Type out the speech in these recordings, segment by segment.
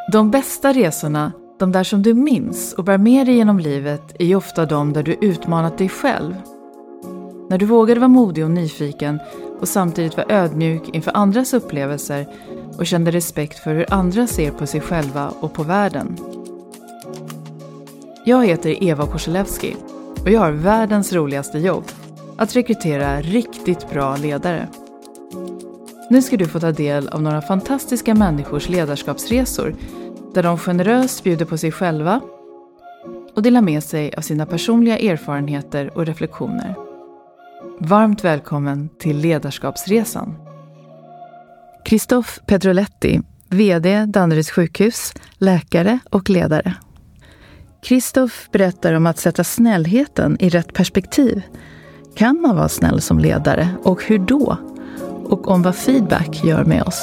De bästa resorna, de där som du minns och bär med dig genom livet, är ju ofta de där du utmanat dig själv. När du vågade vara modig och nyfiken och samtidigt var ödmjuk inför andras upplevelser och kände respekt för hur andra ser på sig själva och på världen. Jag heter Eva Korselewski och jag har världens roligaste jobb, att rekrytera riktigt bra ledare. Nu ska du få ta del av några fantastiska människors ledarskapsresor där de generöst bjuder på sig själva och delar med sig av sina personliga erfarenheter och reflektioner. Varmt välkommen till Ledarskapsresan. Christophe Pedroletti, VD Danderyds sjukhus, läkare och ledare. Christophe berättar om att sätta snällheten i rätt perspektiv. Kan man vara snäll som ledare och hur då? Och om vad feedback gör med oss.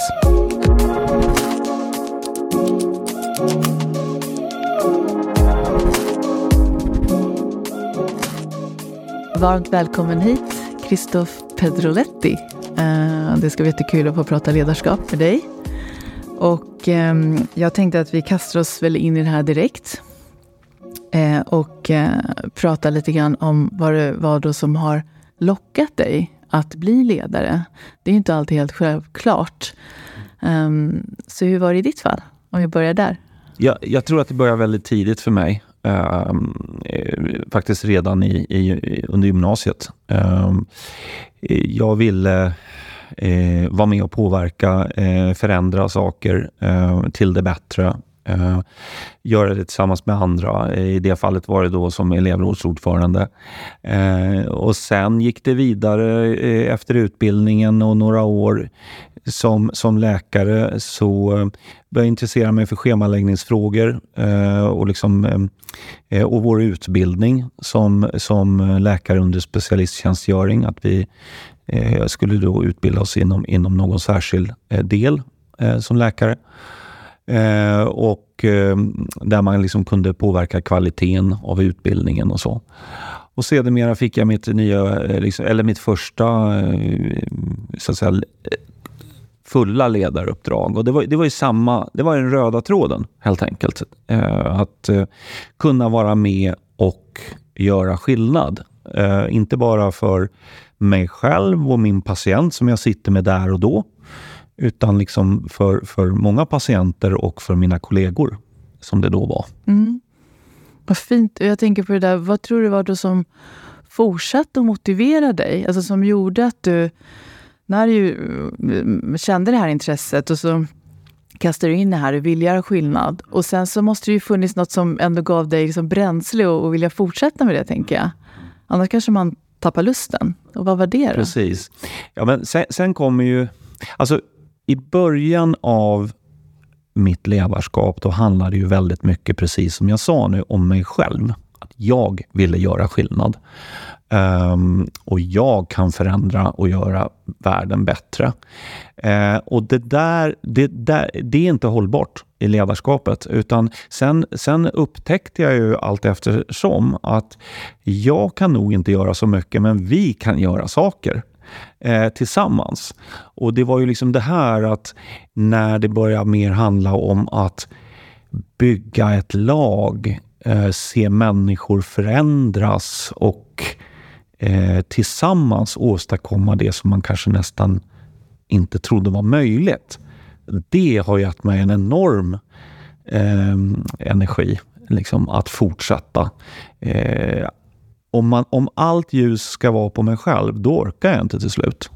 Varmt välkommen hit, Christophe Pedroletti. Det ska bli jättekul att få prata ledarskap med dig. Och jag tänkte att vi kastar oss väl in i det här direkt. Och prata lite grann om vad då som har lockat dig att bli ledare. Det är inte alltid helt självklart. Så hur var det i ditt fall? Om vi börjar där. Jag tror att det började väldigt tidigt för mig. Faktiskt redan under gymnasiet. Jag ville vara med och påverka, förändra saker till det bättre. Göra det tillsammans med andra. I det fallet var det då som elevrådsordförande. Och sen gick det vidare efter utbildningen och några år som läkare, så började jag intressera mig för schemaläggningsfrågor och vår utbildning som läkare under specialisttjänstgöring. Att vi skulle då utbilda oss inom någon särskild del som läkare. Och där man liksom kunde påverka kvaliteten av utbildningen och så. Och sedermera fick jag mitt första så att säga fulla ledaruppdrag. Och det var den röda tråden helt enkelt. Att kunna vara med och göra skillnad. Inte bara för mig själv och min patient som jag sitter med där och då, utan liksom för många patienter och för mina kollegor som det då var. Mm. Vad fint. Jag tänker på det där, vad tror du var då som fortsatte att motivera dig? Alltså som gjorde att du, när du kände det här intresset och så kastade du in det här och ville göra skillnad. Och sen så måste det ju funnits något som ändå gav dig liksom bränsle och vilja fortsätta med det, tänker jag. Annars kanske man tappar lusten. Och vad var det då? Precis. Ja, men sen kommer ju... Alltså, i början av mitt ledarskap då handlade det ju väldigt mycket, precis som jag sa nu, om mig själv. Att jag ville göra skillnad. Och jag kan förändra och göra världen bättre. Och det är inte hållbart i ledarskapet. Utan sen upptäckte jag ju allt eftersom att jag kan nog inte göra så mycket, men vi kan göra saker tillsammans. Och det var ju liksom det här att när det börjar mer handla om att bygga ett lag, se människor förändras och tillsammans åstadkomma det som man kanske nästan inte trodde var möjligt. Det har gett mig en enorm energi liksom, att fortsätta. Om allt ljus ska vara på mig själv, då orkar jag inte till slut.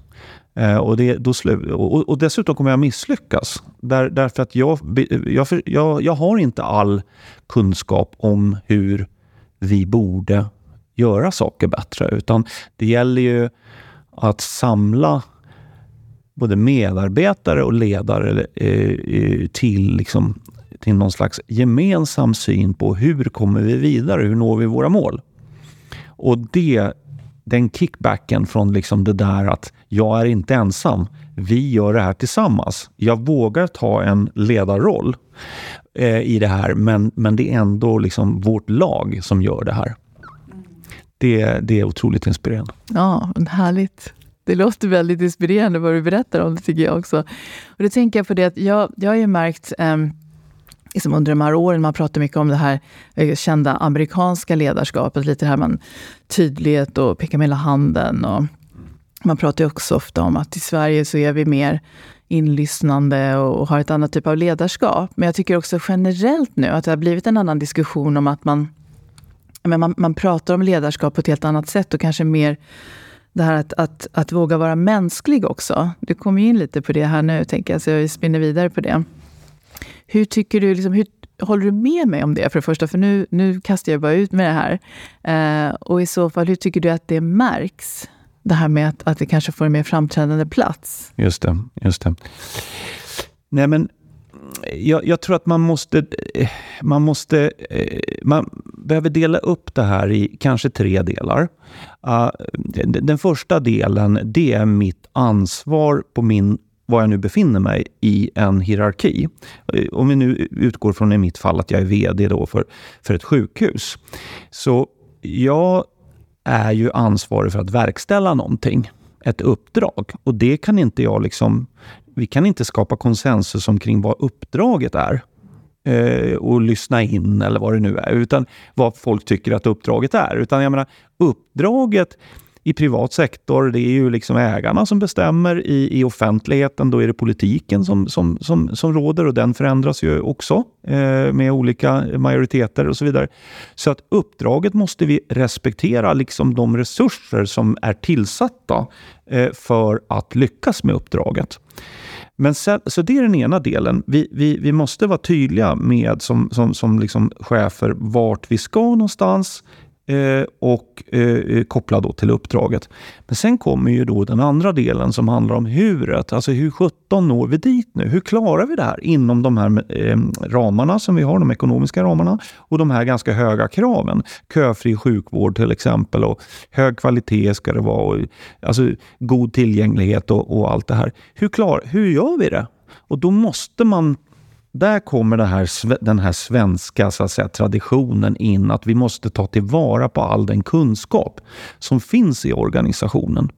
Och dessutom kommer jag misslyckas. Därför att jag har inte all kunskap om hur vi borde göra saker bättre. Utan det gäller ju att samla både medarbetare och ledare till någon slags gemensam syn på hur kommer vi vidare, hur når vi våra mål. Och den kickbacken från liksom det där att jag är inte ensam, vi gör det här tillsammans. Jag vågar ta en ledarroll i det här, men det är ändå liksom vårt lag som gör det här. Det är otroligt inspirerande. Ja, härligt. Det låter väldigt inspirerande vad du berättar om det, tycker jag också. Och då tänker jag på det att jag har ju märkt liksom under de här åren man pratar mycket om det här kända amerikanska ledarskapet, lite det här tydlighet och peka med hela handen, och man pratar ju också ofta om att i Sverige så är vi mer inlyssnande och har ett annat typ av ledarskap. Men jag tycker också generellt nu att det har blivit en annan diskussion om att man pratar om ledarskap på ett helt annat sätt, och kanske mer det här att våga vara mänsklig också. Du kommer ju in lite på det här nu, tänker jag, så jag spinner vidare på det. Hur tycker du, liksom, hur håller du med mig om det för det första? För nu kastar jag bara ut med det här. Och i så fall, hur tycker du att det märks? Det här med att det kanske får en mer framträdande plats. Just det. Nej, men jag tror att man behöver dela upp det här i kanske 3 delar. Den första delen, det är mitt ansvar på var jag nu befinner mig i en hierarki. Om vi nu utgår från i mitt fall att jag är vd då för ett sjukhus. Så jag är ju ansvarig för att verkställa någonting, ett uppdrag. Och det kan inte vi kan inte skapa konsensus omkring vad uppdraget är och lyssna in eller vad det nu är, utan vad folk tycker att uppdraget är. Utan jag menar, uppdraget i privat sektor, det är ju liksom ägarna som bestämmer. I offentligheten, då är det politiken som råder, och den förändras ju också med olika majoriteter och så vidare. Så att uppdraget måste vi respektera, liksom de resurser som är tillsatta för att lyckas med uppdraget. Men så det är den ena delen. Vi måste vara tydliga med som liksom chefer vart vi ska någonstans, och koppla då till uppdraget. Men sen kommer ju då den andra delen som handlar om huret. Alltså hur 17 når vi dit nu? Hur klarar vi det här inom de här ramarna som vi har, de ekonomiska ramarna, och de här ganska höga kraven? Köfri sjukvård till exempel, och hög kvalitet ska det vara, och alltså god tillgänglighet och allt det här. Hur gör vi det? Och då måste man, där kommer den här svenska, så att säga, traditionen in, att vi måste ta tillvara på all den kunskap som finns i organisationen.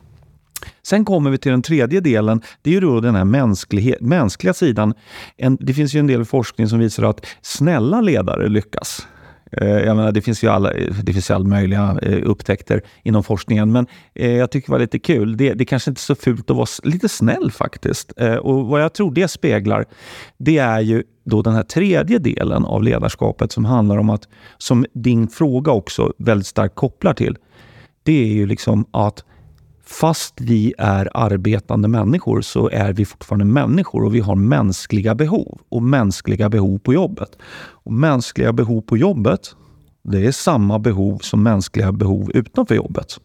Sen kommer vi till den tredje delen. Det är ju då den här mänskliga sidan. Det finns ju en del forskning som visar att snälla ledare lyckas. Jag menar, det finns ju all möjliga upptäckter inom forskningen, men jag tycker det var lite kul. Det kanske inte är så fult att vara lite snäll faktiskt. Och vad jag tror det speglar, det är ju då den här tredje delen av ledarskapet som handlar om att, som din fråga också väldigt starkt kopplar till, det är ju liksom att fast vi är arbetande människor så är vi fortfarande människor, och vi har mänskliga behov och mänskliga behov på jobbet. Och mänskliga behov på jobbet, det är samma behov som mänskliga behov utanför jobbet.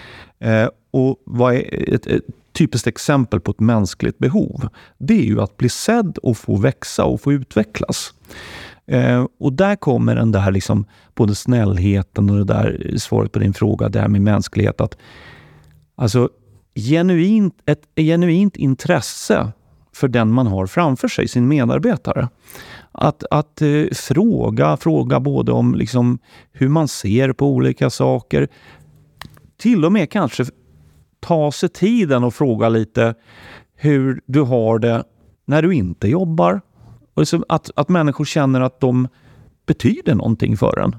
Och vad är ett typiskt exempel på ett mänskligt behov? Det är ju att bli sedd och få växa och få utvecklas. Och där kommer den där liksom, både snällheten och det där svaret på din fråga, där med mänsklighet, att alltså ett genuint intresse för den man har framför sig, sin medarbetare. Att fråga både om liksom hur man ser på olika saker. Till och med kanske ta sig tiden och fråga lite hur du har det när du inte jobbar. Och liksom att människor känner att de betyder någonting för en.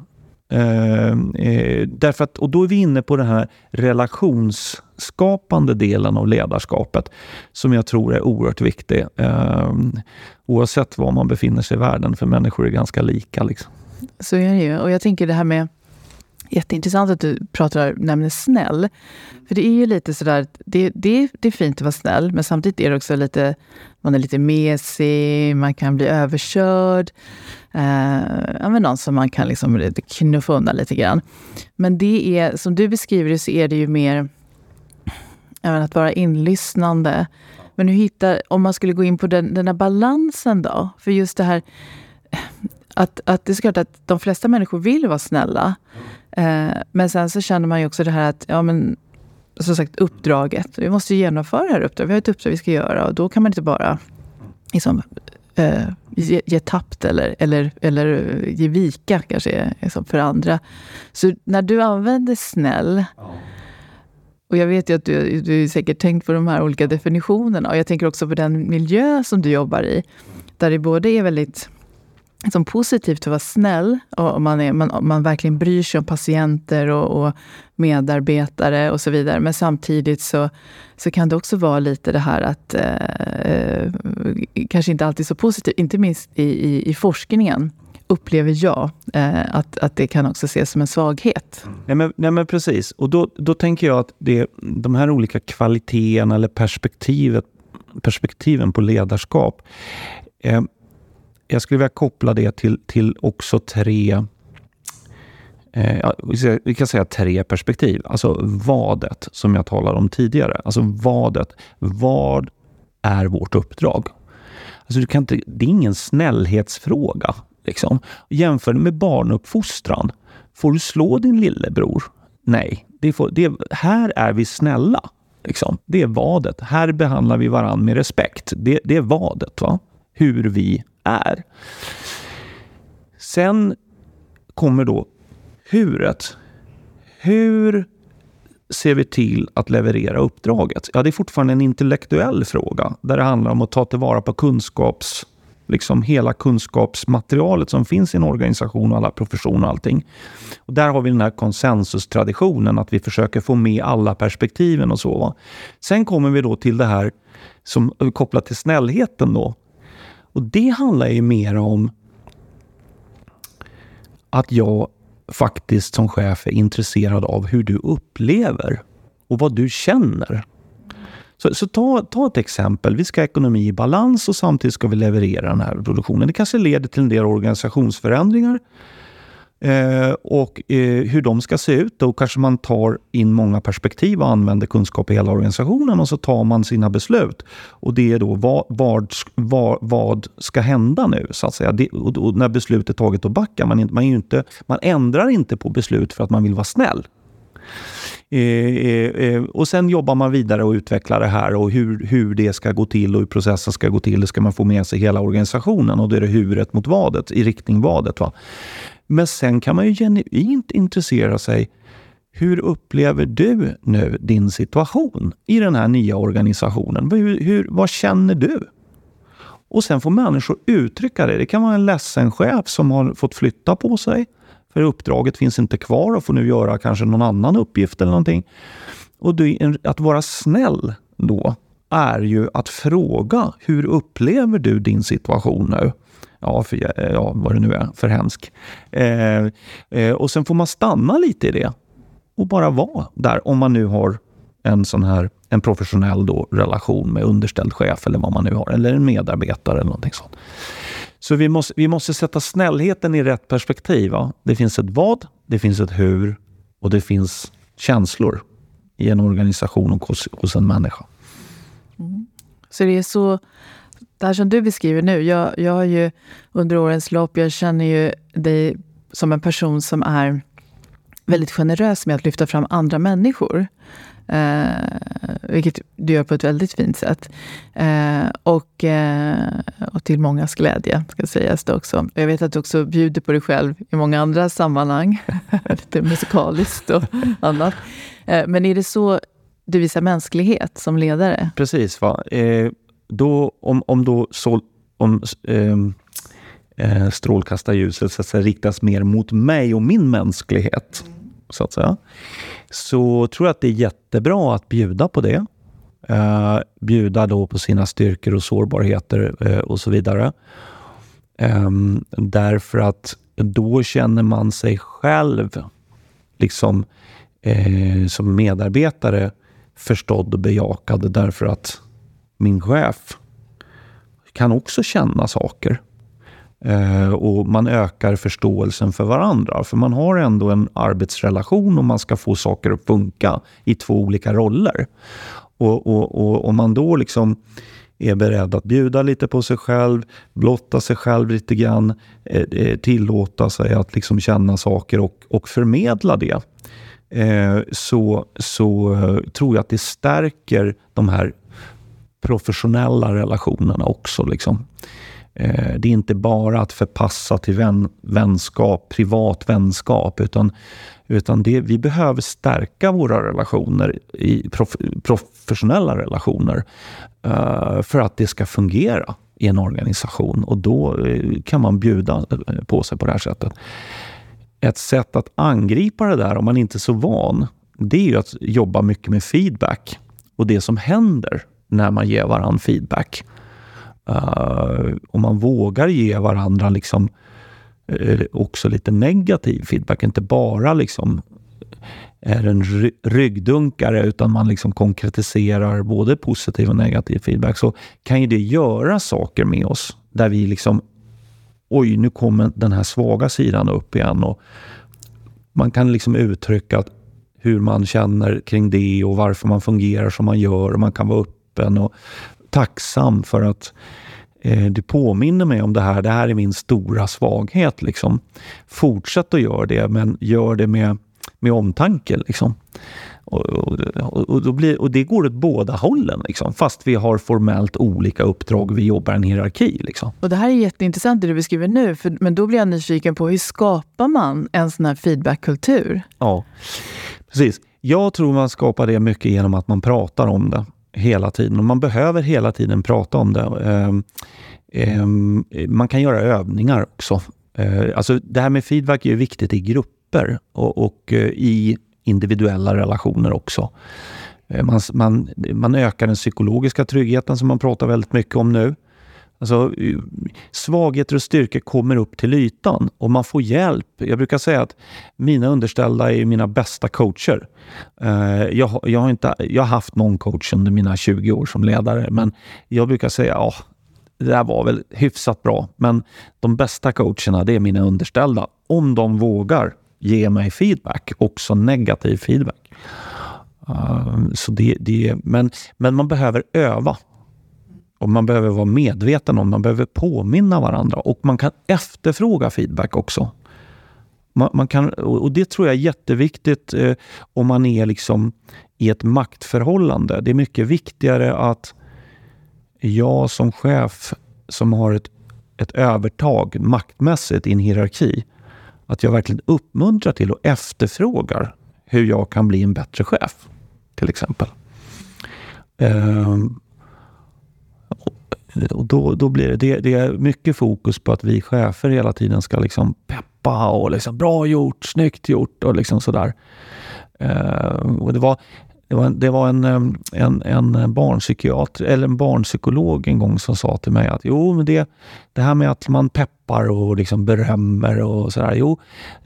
Därför att, och då är vi inne på den här relationsskapande delen av ledarskapet, som jag tror är oerhört viktig, oavsett var man befinner sig i världen, för människor är ganska lika liksom. Så är det ju, och jag tänker det här med, jätteintressant att du nämner snäll, för det är ju lite sådär, det är fint att vara snäll, men samtidigt är det också lite, man är lite mesig, man kan bli överkörd, men någon som man kan liksom knuffa undan lite grann. Men det är, som du beskriver det, så är det ju mer att vara inlyssnande. Men hur om man skulle gå in på den här balansen då, för just det här att det är klart att de flesta människor vill vara snälla, men sen så känner man ju också det här att, ja men som sagt, uppdraget, vi måste genomföra det här uppdraget, vi har ett uppdrag vi ska göra, och då kan man inte bara liksom ge tappt eller ge vika kanske liksom för andra. Så när du använder snäll, och jag vet ju att du säkert tänkt på de här olika definitionerna, och jag tänker också på den miljö som du jobbar i, där det både är väldigt som positivt att vara snäll och man verkligen bryr sig om patienter och medarbetare och så vidare. Men samtidigt så kan det också vara lite det här att kanske inte alltid så positivt, inte minst i forskningen upplever jag att det kan också ses som en svaghet. Nej men precis. Och då tänker jag att de här olika kvaliteterna eller perspektiven på ledarskap, jag skulle vilja koppla det till också vi kan säga 3 perspektiv. Alltså vadet som jag talade om tidigare. Alltså vadet. Vad är vårt uppdrag? Alltså det är ingen snällhetsfråga. Liksom. Jämför med barnuppfostran. Får du slå din lillebror? Nej. Här är vi snälla. Liksom. Det är vadet. Här behandlar vi varandra med respekt. Det är vadet. Va? Hur vi är. Sen kommer då huret. Hur ser vi till att leverera uppdraget? Ja, det är fortfarande en intellektuell fråga. Där det handlar om att ta tillvara på hela kunskapsmaterialet som finns i en organisation och alla professioner och allting. Och där har vi den här konsensustraditionen att vi försöker få med alla perspektiven och så. Va? Sen kommer vi då till det här som är kopplat till snällheten då. Och det handlar ju mer om att jag faktiskt som chef är intresserad av hur du upplever och vad du känner. Så ta ett exempel. Vi ska ha ekonomi i balans och samtidigt ska vi leverera den här produktionen. Det kanske leder till en del organisationsförändringar och hur de ska se ut. Då kanske man tar in många perspektiv och använder kunskap i hela organisationen och så tar man sina beslut. Och det är då vad ska hända nu så att säga. Och när beslutet är taget och backar man ändrar inte på beslut för att man vill vara snäll. Och sen jobbar man vidare och utvecklar det här och hur det ska gå till och hur processen ska gå till. Det ska man få med sig hela organisationen och då är det huvudet mot vadet, i riktning vadet. Va? Men sen kan man ju genuint intressera sig. Hur upplever du nu din situation i den här nya organisationen? Vad känner du? Och sen får människor uttrycka det. Det kan vara en ledsen chef som har fått flytta på sig. För uppdraget finns inte kvar och får nu göra kanske någon annan uppgift eller någonting. Och att vara snäll då är ju att fråga hur upplever du din situation nu? Ja, vad det nu är för hemsk. Och sen får man stanna lite i det och bara vara där om man nu har en professionell då, relation med underställd chef eller vad man nu har, eller en medarbetare eller någonting sånt. Så vi måste sätta snällheten i rätt perspektiv. Va? Det finns ett vad, det finns ett hur och det finns känslor i en organisation och hos en människa. Mm. Så det är så, det här som du beskriver nu, jag har ju under årens lopp, jag känner ju dig som en person som är väldigt generös med att lyfta fram andra människor. Vilket du gör på ett väldigt fint sätt. Och till mångas glädje, ska sägas det också. Jag vet att du också bjuder på dig själv i många andra sammanhang. Lite musikaliskt och annat. Men är det så du visar mänsklighet som ledare? Precis, va? Strålkastarljuset så att säga, riktas mer mot mig och min mänsklighet, så att säga, så tror jag att det är jättebra att bjuda på det. Bjuda då på sina styrkor och sårbarheter och så vidare. Därför att då känner man sig själv liksom som medarbetare förstådd och bejakad, därför att min chef kan också känna saker. Och man ökar förståelsen för varandra. För man har ändå en arbetsrelation och man ska få saker att funka i 2 olika roller. Och om man då liksom är beredd att bjuda lite på sig själv, blotta sig själv lite grann, tillåta sig att liksom känna saker och förmedla det, så tror jag att det stärker de här professionella relationerna också liksom. Det är inte bara att förpassa till vänskap, privat vänskap, utan vi behöver stärka våra relationer i professionella relationer för att det ska fungera i en organisation, och då kan man bjuda på sig på det här sättet. Ett sätt att angripa det där, om man inte är så van, det är ju att jobba mycket med feedback och det som händer när man ger varandra feedback. Om man vågar ge varandra liksom också lite negativ feedback, inte bara liksom är en ryggdunkare, utan man liksom konkretiserar både positiv och negativ feedback, så kan ju det göra saker med oss där vi liksom, oj, nu kommer den här svaga sidan upp igen, och man kan liksom uttrycka hur man känner kring det och varför man fungerar som man gör, och man kan vara öppen och tacksam för att du påminner mig om det här är min stora svaghet liksom. Fortsätt att göra det, men gör det med omtanke liksom. Och det går åt båda hållen liksom, fast vi har formellt olika uppdrag, vi jobbar en hierarki liksom. Och det här är jätteintressant det du beskriver nu, men då blir jag nyfiken på hur skapar man en sån här feedbackkultur? Ja, precis. Jag tror man skapar det mycket genom att man pratar om det hela tiden, och man behöver hela tiden prata om det. Man kan göra övningar också. Alltså det här med feedback är ju viktigt i grupper och i individuella relationer också. Man ökar den psykologiska tryggheten som man pratar väldigt mycket om nu. Alltså, svagheter och styrkor kommer upp till ytan och man får hjälp. Jag brukar säga att mina underställda är mina bästa coacher. Jag har haft någon coach under mina 20 år som ledare, men jag brukar säga det där var väl hyfsat bra. Men de bästa coacherna, det är mina underställda. Om de vågar ge mig feedback, också negativ feedback. Men man behöver öva. Och man behöver vara medveten om, man behöver påminna varandra. Och man kan efterfråga feedback också. Man kan, och det tror jag är jätteviktigt om man är liksom i ett maktförhållande. Det är mycket viktigare att jag som chef som har ett övertag maktmässigt i en hierarki, att jag verkligen uppmuntrar till och efterfrågar hur jag kan bli en bättre chef, till exempel. Och då blir det är mycket fokus på att vi chefer hela tiden ska liksom peppa och liksom bra gjort, snyggt gjort och liksom sådär. Och det var en barnpsykiater eller en barnpsykolog en gång som sa till mig att men det här med att man peppar och liksom berömmer och sådär,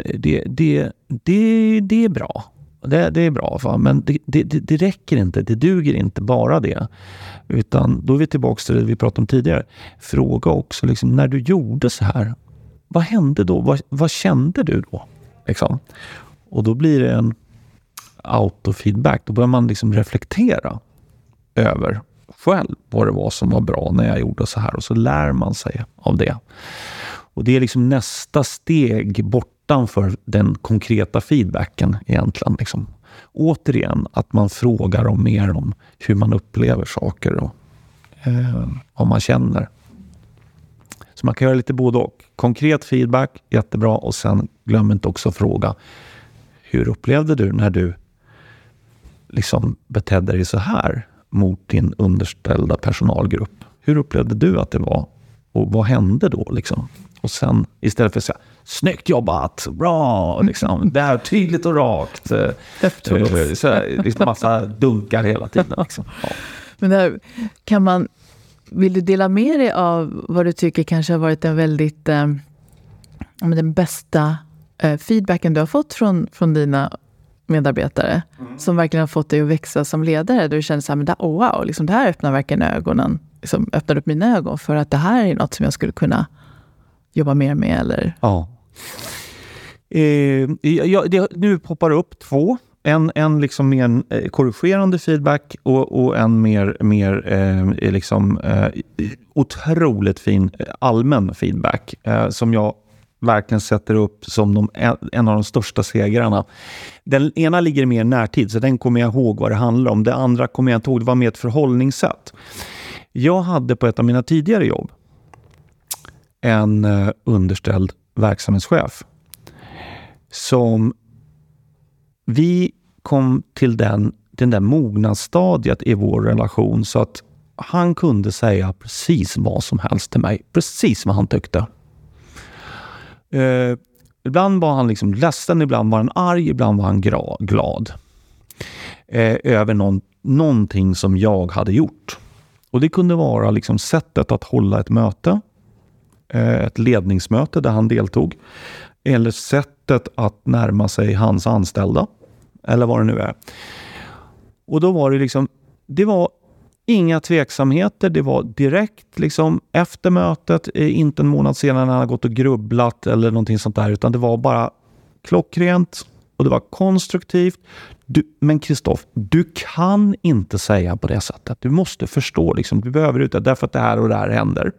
det är bra. Det är bra, men det räcker inte. Det duger inte bara det. Utan då är vi tillbaka till det vi pratade om tidigare. Fråga också liksom, när du gjorde så här, vad hände då? Vad kände du då? Liksom. Och då blir det en autofeedback. Då börjar man liksom reflektera över själv vad det var som var bra när jag gjorde så här. Och så lär man sig av det. Och det är liksom nästa steg bortanför den konkreta feedbacken egentligen. Liksom. Återigen, att man frågar om mer om hur man upplever saker och vad man känner. Så man kan göra lite både och. Konkret feedback, jättebra. Och sen glöm inte också fråga, hur upplevde du när du liksom betedde dig så här mot din underställda personalgrupp? Hur upplevde du att det var? Och vad hände då liksom? Och sen istället för att säga, snyggt jobbat, bra, liksom, det här är tydligt och rakt. Så liksom massa dunkar hela tiden. Liksom. Ja. Men där, vill du dela med dig av vad du tycker kanske har varit en väldigt den bästa feedbacken du har fått från dina medarbetare som verkligen har fått dig att växa som ledare? Då du känner så här, wow, liksom, det här öppnar verkligen ögonen, liksom, öppnar upp mina ögon för att det här är något som jag skulle kunna jobba mer med, eller? Ja. Nu poppar upp två. En liksom mer korrigerande feedback och en mer liksom otroligt fin allmän feedback som jag verkligen sätter upp som en av de största segrarna. Den ena ligger mer närtid, så den kommer jag ihåg vad det handlar om. Det andra kommer jag inte ihåg, det var mer ett förhållningssätt. Jag hade på ett av mina tidigare jobb en underställd verksamhetschef som vi kom till den där mognadsstadiet i vår relation, så att han kunde säga precis vad som helst till mig. Precis vad han tyckte. Ibland var han liksom ledsen, ibland var han arg, ibland var han glad. Över någonting som jag hade gjort. Och det kunde vara liksom sättet att hålla ett möte. Ett ledningsmöte där han deltog. Eller sättet att närma sig hans anställda. Eller vad det nu är. Och då var det liksom, det var inga tveksamheter. Det var direkt liksom efter mötet, inte en månad senare när han gått och grubblat eller någonting sånt där. Utan det var bara klockrent och det var konstruktivt. Men Kristoff, du kan inte säga på det sättet. Du måste förstå, liksom, du behöver ut det därför att det här och det här händer.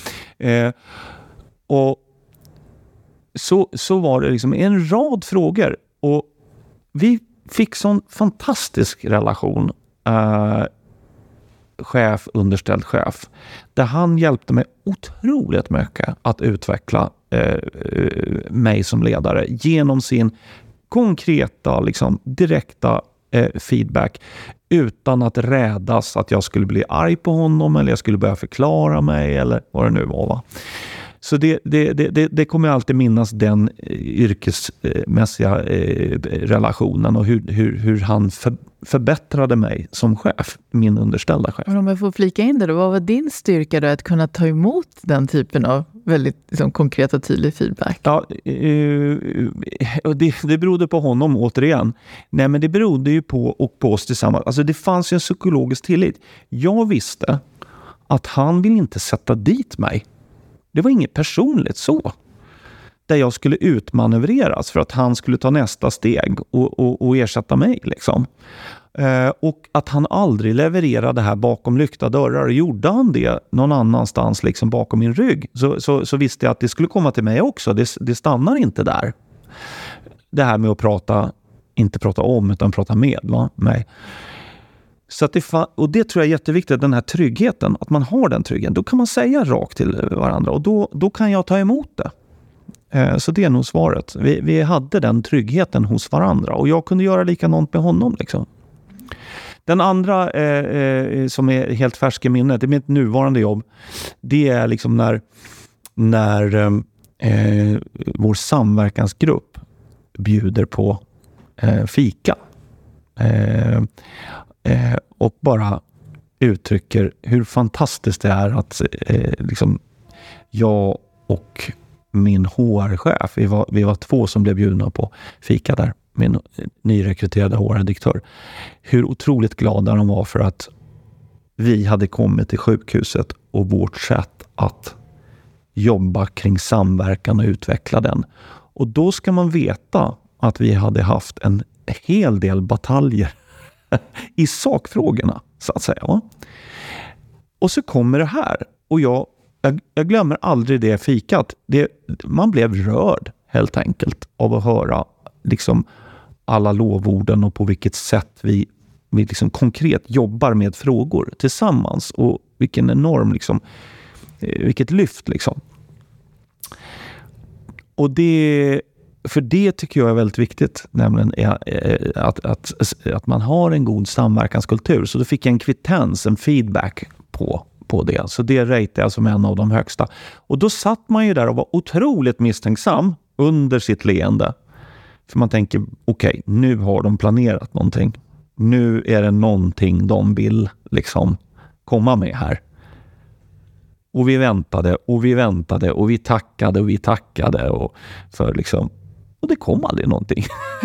Och så var det liksom en rad frågor. Och vi fick sån fantastisk relation. Chef, underställd chef. Där han hjälpte mig otroligt mycket att utveckla mig som ledare. Genom sin konkreta, liksom, direkta feedback. Utan att rädas att jag skulle bli arg på honom. Eller jag skulle börja förklara mig. Eller vad det nu var, va? Så det kommer jag alltid minnas, den yrkesmässiga relationen och hur han förbättrade mig som chef, min underställda chef. Men om jag får flika in det då, vad var din styrka då att kunna ta emot den typen av väldigt liksom, konkret och tydlig feedback? Ja, det berodde på honom återigen. Nej, men det berodde ju på oss tillsammans. Alltså det fanns ju en psykologisk tillit. Jag visste att han vill inte sätta dit mig. Det var inget personligt så. Där jag skulle utmanövreras för att han skulle ta nästa steg och ersätta mig. Liksom. Och att han aldrig levererade här bakom lyckta dörrar. Gjorde han det någon annanstans liksom bakom min rygg så visste jag att det skulle komma till mig också. Det stannar inte där. Det här med att inte prata om utan prata med mig. Så att och det tror jag är jätteviktigt, den här tryggheten, att man har den tryggheten. Då kan man säga rakt till varandra och då kan jag ta emot det. Så det är nog svaret. Vi hade den tryggheten hos varandra och jag kunde göra likadant med honom. Liksom. Den andra som är helt färsk i minnet, det är mitt nuvarande jobb, det är liksom när vår samverkansgrupp bjuder på fika. Och bara uttrycker hur fantastiskt det är att liksom, jag och min HR-chef, vi var 2 som blev bjudna på fika där, min nyrekryterade HR-direktör, hur otroligt glada de var för att vi hade kommit till sjukhuset och vårt sätt att jobba kring samverkan och utveckla den. Och då ska man veta att vi hade haft en hel del bataljer i sakfrågorna, så att säga. Va? Och så kommer det här. Och jag glömmer aldrig det fikat. Man blev rörd helt enkelt av att höra liksom alla lovorden och på vilket sätt vi liksom konkret jobbar med frågor tillsammans. Och vilken enorm liksom, vilket lyft liksom. Och för det tycker jag är väldigt viktigt, nämligen att man har en god samverkanskultur. Så då fick jag en kvittens, en feedback på det. Så det ratear jag som en av de högsta. Och då satt man ju där och var otroligt misstänksam under sitt leende. För man tänker, okej, nu har de planerat någonting. Nu är det någonting de vill liksom komma med här. Och vi väntade och vi väntade och vi tackade och för liksom. Och det kom aldrig någonting.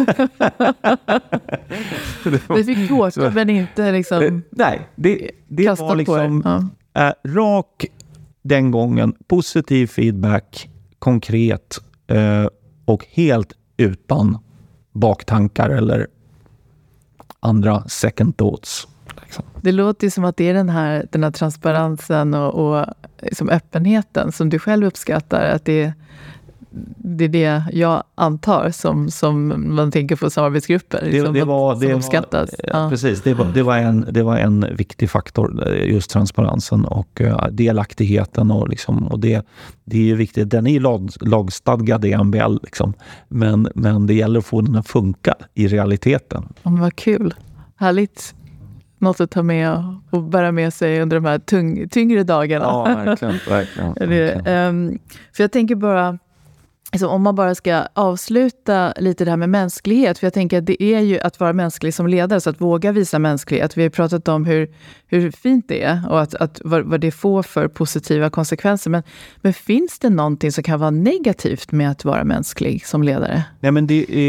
Vi fick tårta men inte liksom. Nej, det var liksom rak den gången. Positiv feedback, konkret och helt utan baktankar eller andra second thoughts. Liksom. Det låter ju som att det är den här transparensen och liksom öppenheten som du själv uppskattar, att det är det jag antar som man tänker på samarbetsgrupper. Det uppskattas. Precis, det var en viktig faktor, just transparensen och delaktigheten och det är ju viktigt. Den är ju lagstadgad i MBL liksom. Men det gäller att få den att funka i realiteten. Ja, men vad kul. Härligt. något att ta med och bära med sig under de här tyngre dagarna. Ja, verkligen. För jag tänker bara, alltså, om man bara ska avsluta lite det här med mänsklighet, för jag tänker att det är ju att vara mänsklig som ledare, så att våga visa mänsklighet. Vi har pratat om hur fint det är och vad det får för positiva konsekvenser. Men finns det någonting som kan vara negativt med att vara mänsklig som ledare? Nej, men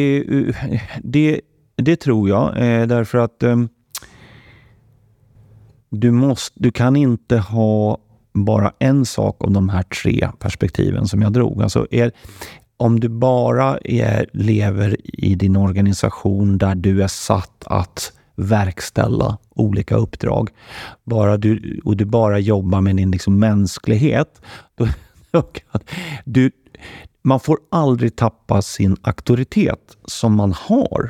det tror jag, därför att du kan inte ha bara en sak av de här 3 perspektiven som jag drog. Alltså om du bara lever i din organisation där du är satt att verkställa olika uppdrag, och du bara jobbar med din liksom mänsklighet, man får aldrig tappa sin auktoritet som man har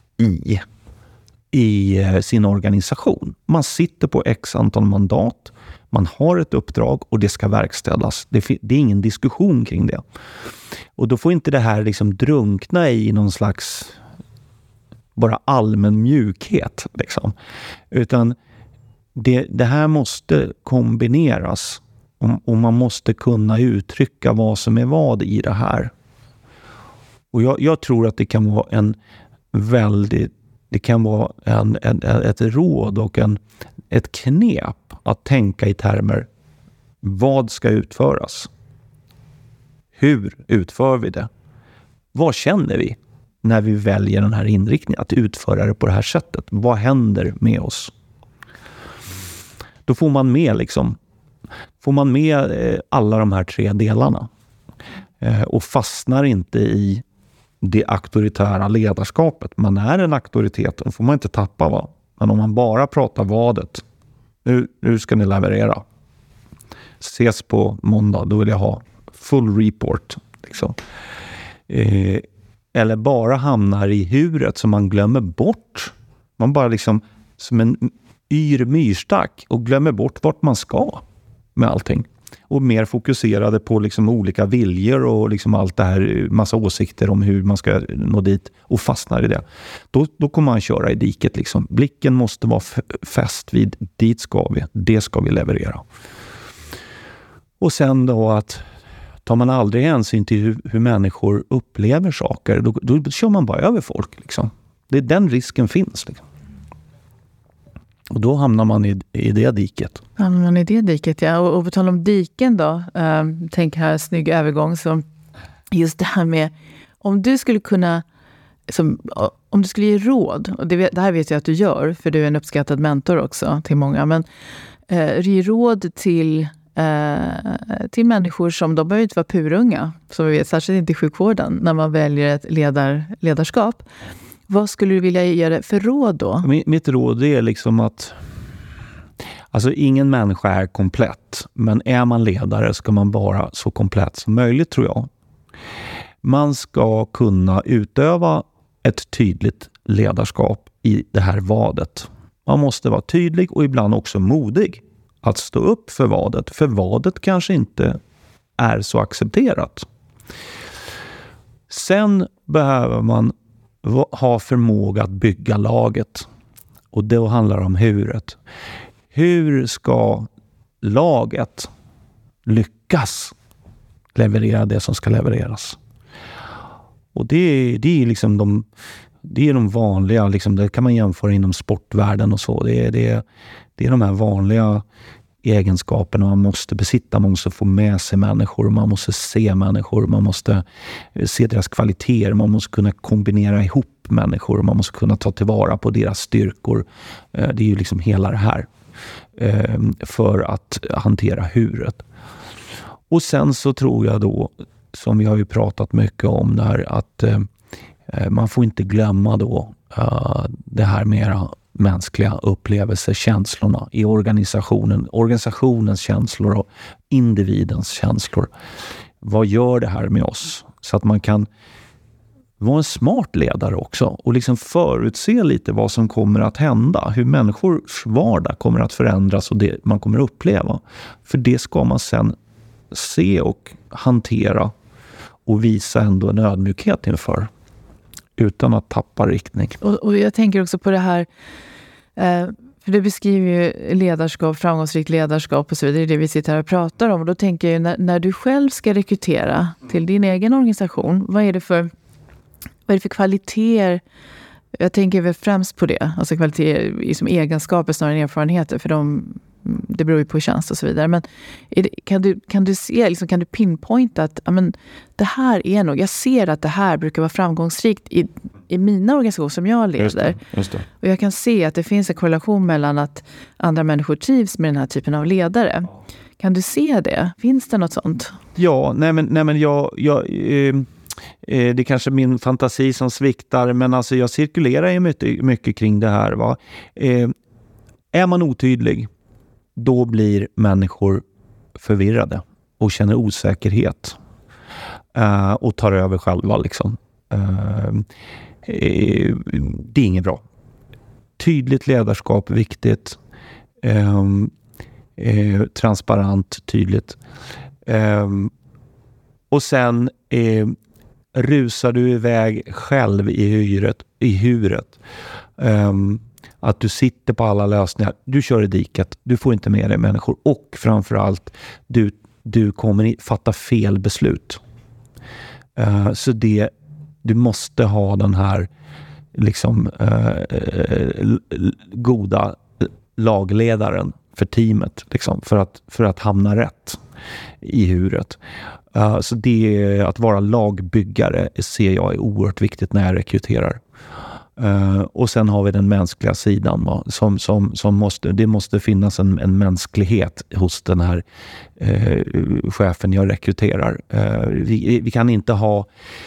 i sin organisation. Man sitter på x antal mandat, man har ett uppdrag och det ska verkställas. Det är ingen diskussion kring det. Och då får inte det här liksom drunkna i någon slags bara allmän mjukhet. Liksom. Utan det här måste kombineras. Och man måste kunna uttrycka vad som är vad i det här. Och jag tror att det kan vara ett råd och ett knep att tänka i termer: vad ska utföras? Hur utför vi det? Vad känner vi när vi väljer den här inriktningen att utföra det på det här sättet? Vad händer med oss? Då får man med alla de här 3 delarna och fastnar inte i det auktoritära ledarskapet. Man är en auktoritet, då får man inte tappa, va? Men om man bara pratar vadet, nu ska ni leverera. Ses på måndag, då vill jag ha full report. Liksom. Eller bara hamnar i huret som man glömmer bort. Man bara liksom som en myrstack och glömmer bort vart man ska med allting. Och mer fokuserade på liksom olika viljor och liksom allt det här, massa åsikter om hur man ska nå dit, och fastnar i det. Då kommer man köra i diket. Liksom. Blicken måste vara fäst vid, dit ska vi, det ska vi leverera. Och sen då att tar man aldrig hänsyn till hur människor upplever saker, då kör man bara över folk. Liksom. Den risken finns. Liksom. Och då hamnar man i det diket. Hamnar man i det diket, ja. Och på tal om diken då, tänk här, snygg övergång. Så just det här med, om du skulle kunna, om du skulle ge råd, och det här vet jag att du gör, för du är en uppskattad mentor också till många, men ge råd till människor som, de behöver inte vara purunga, som vi vet, särskilt inte i sjukvården, när man väljer ett ledarskap. Vad skulle du vilja ge det för råd då? Mitt råd är liksom att alltså ingen människa är komplett, men är man ledare ska man vara så komplett som möjligt, tror jag. Man ska kunna utöva ett tydligt ledarskap i det här vadet. Man måste vara tydlig och ibland också modig att stå upp för vadet. För vadet kanske inte är så accepterat. Sen behöver man ha förmåga att bygga laget. Och då handlar det om huret. Hur ska laget lyckas leverera det som ska levereras? Och det är liksom de vanliga, liksom, det kan man jämföra inom sportvärlden och så. Det är de här vanliga egenskaperna man måste besitta. Man måste få med sig människor, man måste se människor, man måste se deras kvaliteter, man måste kunna kombinera ihop människor, man måste kunna ta tillvara på deras styrkor. Det är ju liksom hela det här för att hantera huret. Och sen så tror jag då, som vi har ju pratat mycket om där, att man får inte glömma då det här mera mänskliga upplevelser, känslorna i organisationens känslor och individens känslor. Vad gör det här med oss? Så att man kan vara en smart ledare också och liksom förutse lite vad som kommer att hända, hur människors vardag kommer att förändras och det man kommer att uppleva. För det ska man sen se och hantera och visa ändå en ödmjukhet inför, utan att tappa riktning. Och jag tänker också på det här, För du beskriver ju ledarskap, framgångsrikt ledarskap och så vidare. Det är det vi sitter här och pratar om. Och då tänker jag när du själv ska rekrytera till din egen organisation, vad är det för kvaliteter? Jag tänker väl främst på det. Alltså kvaliteter som egenskaper snarare än erfarenheter. För det beror ju på tjänst och så vidare. Men kan du se, liksom, kan du pinpointa att det här är nog, jag ser att det här brukar vara framgångsrikt i mina organisationer som jag leder. Just det. Och jag kan se att det finns en korrelation mellan att andra människor trivs med den här typen av ledare. Kan du se det? Finns det något sånt? Ja, nej men jag det är kanske min fantasi som sviktar, men alltså jag cirkulerar ju mycket kring det här. Va? Är man otydlig, då blir människor förvirrade och känner osäkerhet och tar över själva. Liksom. Det är inget bra. Tydligt ledarskap är viktigt. Transparent, tydligt. Och sen rusar du iväg själv i huret. Att du sitter på alla lösningar. Du kör i diket. Du får inte med dig människor. Och framförallt, du kommer fatta fel beslut. Så du måste ha den här liksom goda lagledaren för teamet. Liksom, för att hamna rätt i huret. Så det är att vara lagbyggare ser jag är oerhört viktigt när jag rekryterar. Och sen har vi den mänskliga sidan som det måste finnas en mänsklighet hos den här chefen jag rekryterar. Vi kan inte ha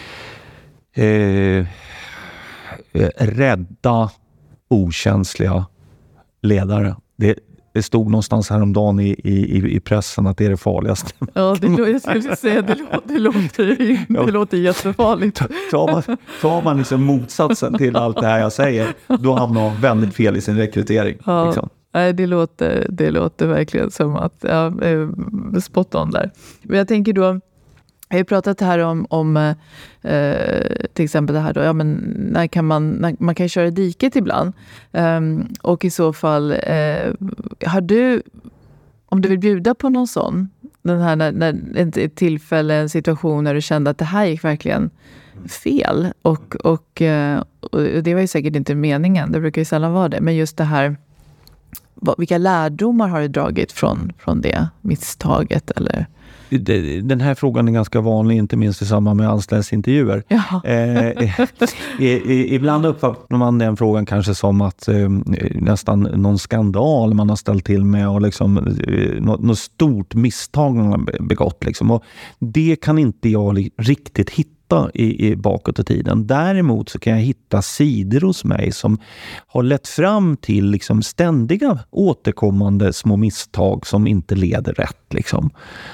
rädda, okänsliga ledare. Det stod någonstans häromdagen i pressen att det är det farligaste. Ja, jag skulle säga det låter jättefarligt. Tar man liksom motsatsen till allt det här jag säger, då hamnar man väldigt fel i sin rekrytering. Ja, liksom. Nej, det låter verkligen som att spot on där. Men jag tänker då, jag har ju pratat här om till exempel det här då, när man kan köra i diket ibland. Och i så fall, har du, om du vill bjuda på någon sån, den här när ett tillfälle, en situation när du kände att det här gick verkligen fel. Och det var ju säkert inte meningen, det brukar ju sällan vara det. Men just det här, vilka lärdomar har du dragit från det misstaget eller? Den här frågan är ganska vanlig, inte minst i samband med anställningsintervjuer. Ja. Ibland uppfattar man den frågan kanske som att nästan någon skandal man har ställt till med och liksom, något stort misstag man har begått. Liksom. Och det kan inte jag riktigt hitta i bakåt i tiden. Däremot så kan jag hitta sidor hos mig som har lett fram till liksom ständiga återkommande små misstag som inte leder rätt. Liksom.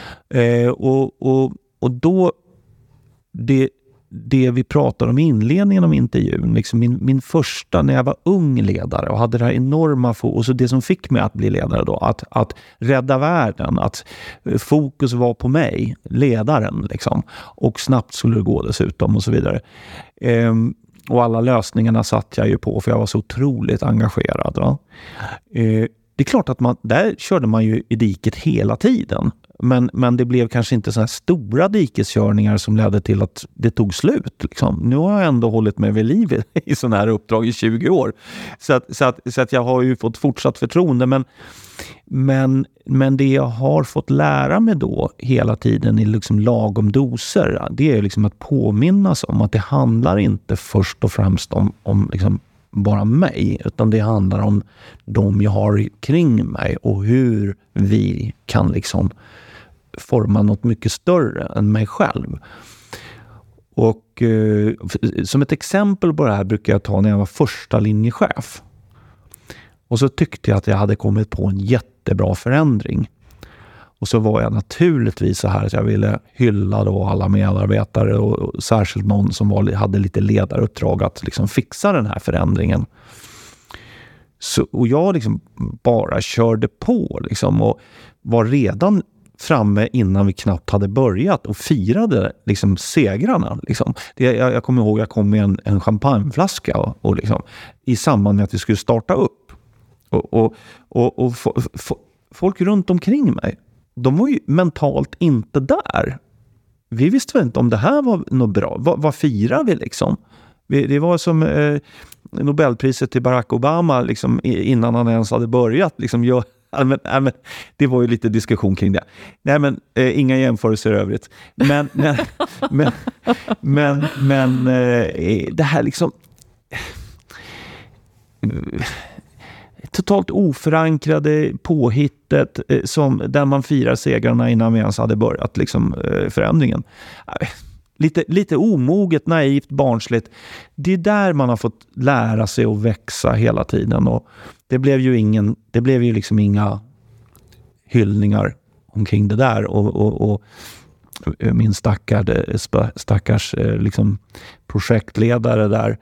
Och då det vi pratar om i inledningen av intervjun, liksom min första när jag var ung ledare och hade det här enorma och så det som fick mig att bli ledare då, att rädda världen, att fokus var på mig, ledaren liksom, och snabbt skulle det gå dessutom och så vidare. Och alla lösningarna satt jag ju på för jag var så otroligt engagerad. Va? Det är klart att där körde man ju i diket hela tiden. Men det blev kanske inte så här stora dikeskörningar som ledde till att det tog slut. Liksom. Nu har jag ändå hållit mig vid liv i sådana här uppdrag i 20 år. Så att jag har ju fått fortsatt förtroende. Men det jag har fått lära mig då hela tiden i liksom lagom doser, det är liksom att påminnas om att det handlar inte först och främst om liksom bara mig, utan det handlar om de jag har kring mig och hur vi kan liksom forma något mycket större än mig själv. Och som ett exempel på det här brukar jag ta när jag var första linjechef. Och så tyckte jag att jag hade kommit på en jättebra förändring. Och så var jag naturligtvis så här att jag ville hylla då alla medarbetare och särskilt någon som hade lite ledaruppdrag att liksom fixa den här förändringen. Och jag liksom bara körde på liksom och var redan framme innan vi knappt hade börjat och firade liksom segrarna. Liksom. Jag kommer ihåg jag kom med en champagneflaska och liksom, i samband med att vi skulle starta upp. Och folk runt omkring mig, de var ju mentalt inte där. Vi visste väl inte om det här var något bra. Vad firar vi liksom? Det var som Nobelpriset till Barack Obama liksom, innan han ens hade börjat. Liksom, det var ju lite diskussion kring det. Nej, men inga jämförelser i övrigt. Men det här liksom... totalt oförankrade påhittet där man firar segrarna innan vi ens hade börjat liksom, förändringen. Lite omoget, naivt, barnsligt. Det är där man har fått lära sig att växa hela tiden, och det blev ju liksom inga hyllningar omkring det där, och min stackars liksom projektledare där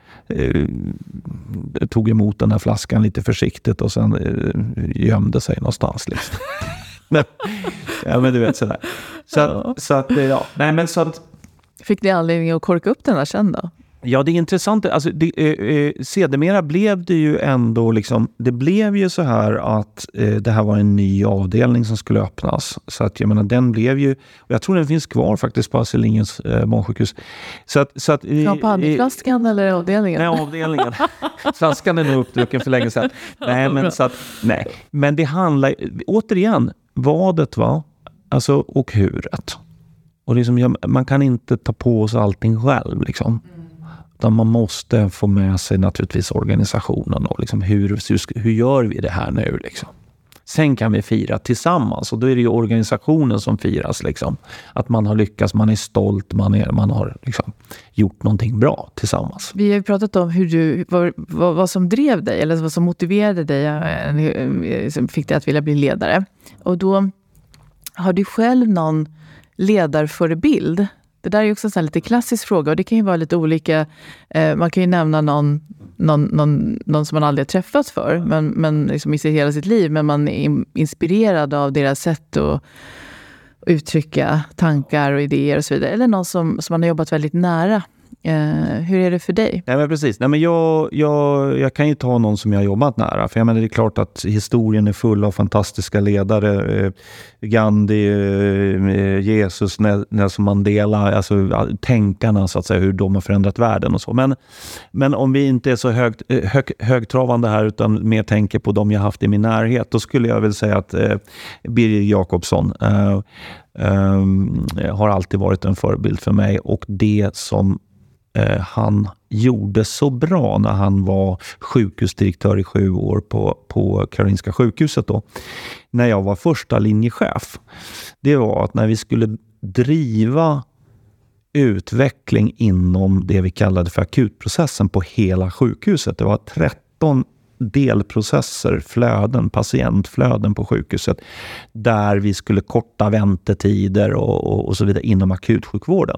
tog emot den här flaskan lite försiktigt och sen gömde sig någonstans liksom. Ja, men du vet sådär. Så att ja, nej men så att... Fick ni anledning att korka upp den här sen då? Ja, det är intressant. Alltså, sedermera blev det ju ändå liksom, det blev ju så här att det här var en ny avdelning som skulle öppnas. Så att jag menar, den blev ju, och jag tror den finns kvar faktiskt på Astrid Lindgrens barnsjukhus. Så att champagneflaskan eller avdelningen? Nej, avdelningen. Flaskan är nog uppdrucken för länge sedan. Nej, men så att, nej. Men det handlar återigen, vadet va? Alltså, och huret. Och liksom, man kan inte ta på sig allting själv liksom. Utan man måste få med sig naturligtvis organisationen och liksom hur gör vi det här nu liksom. Sen kan vi fira tillsammans, och då är det ju organisationen som firas liksom. Att man har lyckats, man är stolt, man har liksom gjort någonting bra tillsammans. Vi har ju pratat om hur vad som drev dig, eller vad som motiverade dig, som fick dig att vilja bli ledare. Och då har du själv någon ledarförebild? Det där är ju också en sån här lite klassisk fråga, och det kan ju vara lite olika. Man kan ju nämna någon som man aldrig har träffat för, men liksom i hela sitt liv, men man är inspirerad av deras sätt att uttrycka tankar och idéer och så vidare. Eller någon som man har jobbat väldigt nära. Hur är det för dig? Nej, men precis. Nej, men jag kan ju ta någon som jag har jobbat nära. För jag menar, det är klart att historien är full av fantastiska ledare. Gandhi, Jesus, Nelson Mandela, alltså tänkarna så att säga, hur de har förändrat världen och så. Men om vi inte är så högtravande här, utan mer tänker på de jag haft i min närhet, då skulle jag väl säga att Birger Jakobsson har alltid varit en förebild för mig, och det som han gjorde så bra när han var sjukhusdirektör i 7 år på Karolinska sjukhuset då, när jag var första linjechef, det var att när vi skulle driva utveckling inom det vi kallade för akutprocessen på hela sjukhuset, det var 13 delprocesser, flöden, patientflöden på sjukhuset, där vi skulle korta väntetider och så vidare inom akutsjukvården.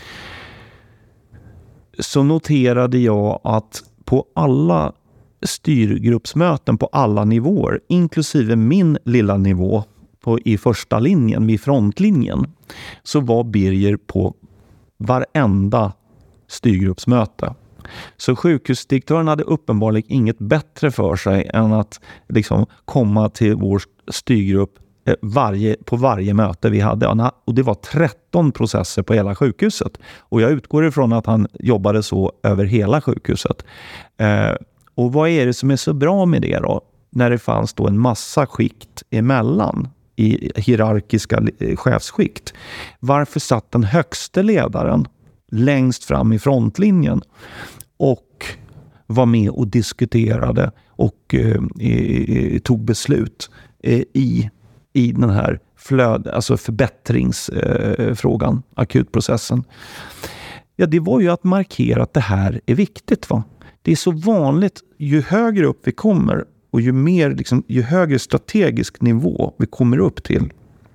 Så noterade jag att på alla styrgruppsmöten på alla nivåer, inklusive min lilla nivå i första linjen, vid frontlinjen, så var Birger på varenda styrgruppsmöte. Så sjukhusdirektören hade uppenbarligen inget bättre för sig än att liksom komma till vår styrgrupp på varje möte vi hade. Och det var 13 processer på hela sjukhuset. Och jag utgår ifrån att han jobbade så över hela sjukhuset. Och vad är det som är så bra med det då? När det fanns då en massa skikt emellan i hierarkiska chefsskikt. Varför satt den högste ledaren längst fram i frontlinjen och var med och diskuterade och tog beslut i den här alltså förbättringsfrågan, akutprocessen. Ja, det var ju att markera att det här är viktigt, va? Det är så vanligt, ju högre upp vi kommer och ju mer liksom, ju högre strategisk nivå vi kommer upp till,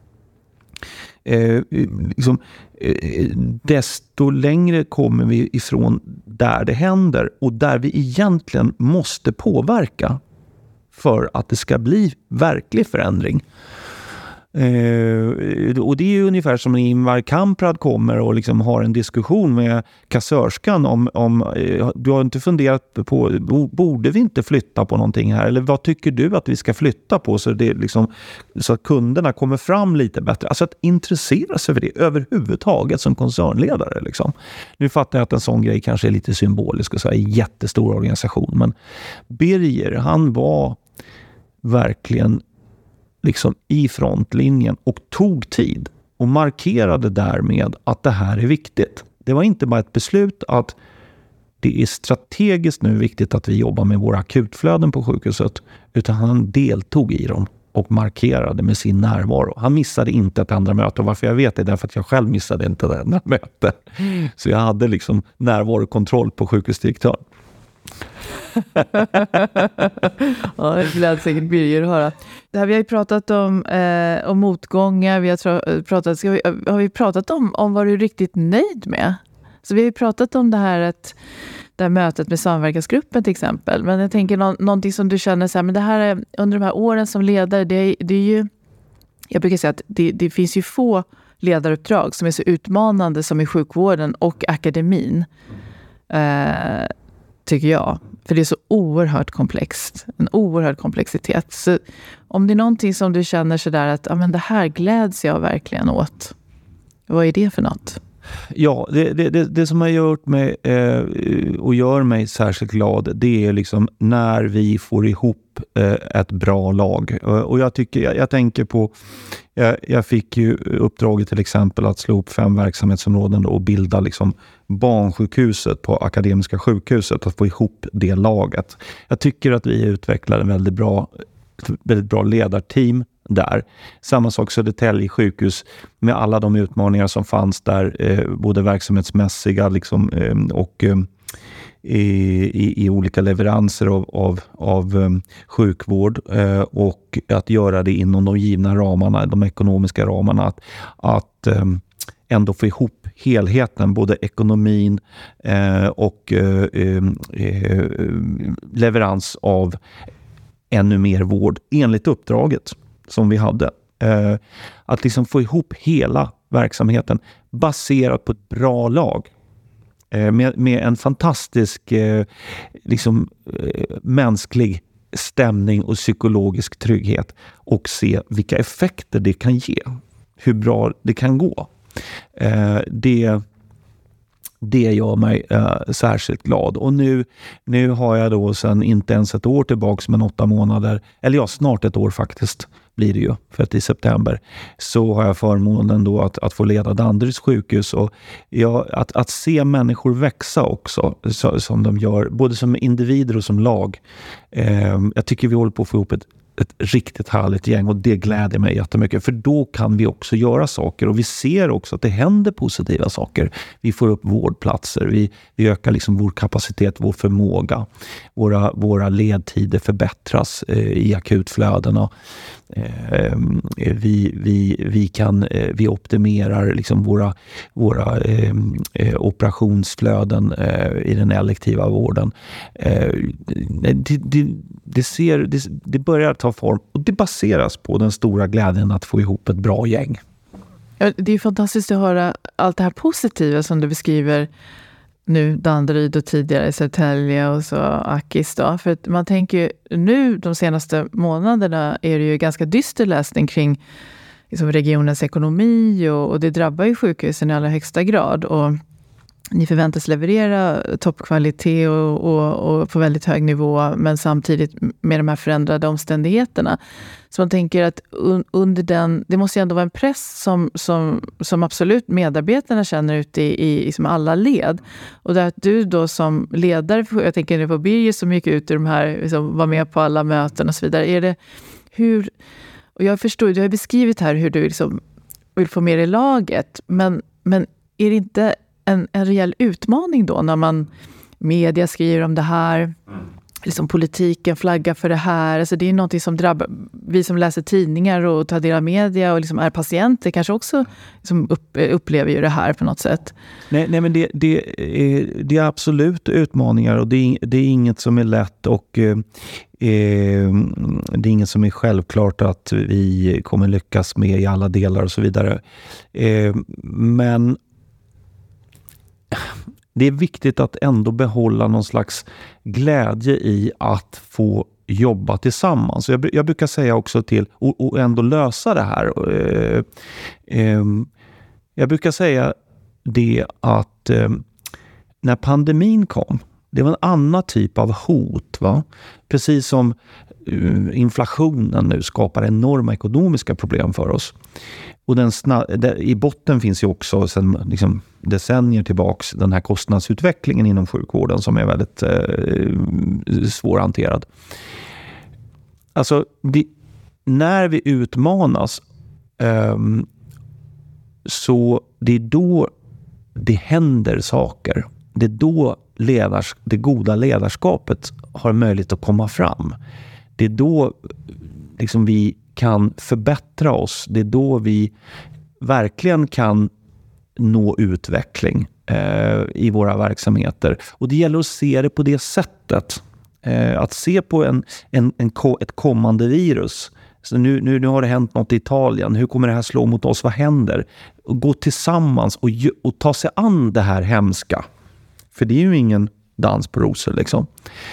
desto längre kommer vi ifrån där det händer och där vi egentligen måste påverka för att det ska bli verklig förändring. Och det är ju ungefär som när Ingvar Kamprad kommer och liksom har en diskussion med kassörskan om du har inte funderat på, borde vi inte flytta på någonting här, eller vad tycker du att vi ska flytta på, så det liksom, så att kunderna kommer fram lite bättre. Alltså att intressera sig för det överhuvudtaget som koncernledare liksom. Nu fattar jag att en sån grej kanske är lite symbolisk och så här, en jättestor organisation, men Birger, han var verkligen liksom i frontlinjen och tog tid och markerade därmed att det här är viktigt. Det var inte bara ett beslut att det är strategiskt nu viktigt att vi jobbar med våra akutflöden på sjukhuset, utan han deltog i dem och markerade med sin närvaro. Han missade inte ett andra möte, och varför jag vet det är därför att jag själv missade inte det andra möte. Så jag hade liksom närvarokontroll på sjukhusdirektören. Ja, det blir säkert Birger att höra. Det här, vi har ju pratat om motgångar, har vi pratat om vad du är riktigt nöjd med? Så vi har ju pratat om det här mötet med samverkansgruppen till exempel, men jag tänker någonting som du känner så här, men det här är, under de här åren som ledare, det är ju, jag brukar säga att det finns ju få ledaruppdrag som är så utmanande som i sjukvården och akademin, tycker jag. För det är så oerhört komplext. En oerhörd komplexitet. Så om det är någonting som du känner sådär att men det här gläds jag verkligen åt. Vad är det för något? Ja, det som har gjort mig och gör mig särskilt glad, det är liksom när vi får ihop ett bra lag. Och jag tänker på, jag fick ju uppdraget till exempel att slå upp 5 verksamhetsområden och bilda liksom barnsjukhuset på Akademiska sjukhuset, att få ihop det laget. Jag tycker att vi utvecklar en väldigt bra ledarteam där. Samma sak Södertälje sjukhus med alla de utmaningar som fanns där, både verksamhetsmässiga liksom, och i olika leveranser av sjukvård, och att göra det inom de givna ramarna, de ekonomiska ramarna, att ändå få ihop helheten, både ekonomin och leverans av ännu mer vård enligt uppdraget som vi hade. Att liksom få ihop hela verksamheten baserat på ett bra lag. Med en fantastisk mänsklig stämning och psykologisk trygghet, och se vilka effekter det kan ge. Hur bra det kan gå. Det gör mig särskilt glad. Och nu har jag då sedan inte ens ett år tillbaks, men 8 månader, eller ja, snart ett år faktiskt blir det ju, för att i september så har jag förmånen då att få leda Danderyds sjukhus, och att se människor växa också, som de gör, både som individer och som lag. Jag tycker vi håller på att få ihop ett riktigt härligt gäng, och det gläder mig jättemycket, för då kan vi också göra saker, och vi ser också att det händer positiva saker. Vi får upp vårdplatser, vi ökar liksom vår kapacitet, vår förmåga, våra ledtider förbättras i akutflödena. Vi optimerar liksom våra operationsflöden i den elektiva vården. Det börjar ta form, och det baseras på den stora glädjen att få ihop ett bra gäng. Ja, det är fantastiskt att höra allt det här positiva som du beskriver nu, Danderyd och tidigare Södertälje och så Akis då. För att man tänker ju, nu de senaste månaderna är det ju ganska dyster läsning kring liksom regionens ekonomi, och det drabbar ju sjukhusen i allra högsta grad, och ni förväntas leverera toppkvalitet och på väldigt hög nivå, men samtidigt med de här förändrade omständigheterna. Så man tänker att under det måste ju ändå vara en press som absolut medarbetarna känner ute i liksom alla led. Och där att du då som ledare, jag tänker nu på Birger som gick ut i de här, liksom, var med på alla möten och så vidare. Är det och jag förstår, du har beskrivit här hur du liksom vill få med i laget, men är det inte en rejäl utmaning då när media skriver om det här, liksom politiken flaggar för det här. Alltså det är något som drabbar vi som läser tidningar och tar del av media och liksom är patienter kanske också liksom upplever ju det här på något sätt. Nej men det är absolut utmaningar och det är inget som är lätt och det är inget som är självklart att vi kommer lyckas med i alla delar och så vidare. Men det är viktigt att ändå behålla någon slags glädje i att få jobba tillsammans. Jag brukar säga också till och ändå lösa det här. Jag brukar säga det att när pandemin kom, det var en annan typ av hot. Va? Precis som inflationen nu skapar enorma ekonomiska problem för oss. Och i botten finns ju också sedan liksom decennier tillbaks den här kostnadsutvecklingen inom sjukvården som är väldigt svårhanterad. Alltså, när vi utmanas så det är då det händer saker. Det är då det goda ledarskapet har möjlighet att komma fram. Det är då liksom vi kan förbättra oss. Det är då vi verkligen kan nå utveckling i våra verksamheter. Och det gäller att se det på det sättet. Att se på ett kommande virus. Så nu har det hänt något i Italien. Hur kommer det här slå mot oss? Vad händer? Och gå tillsammans och ta sig an det här hemska. För det är ju ingen dans på rosor liksom.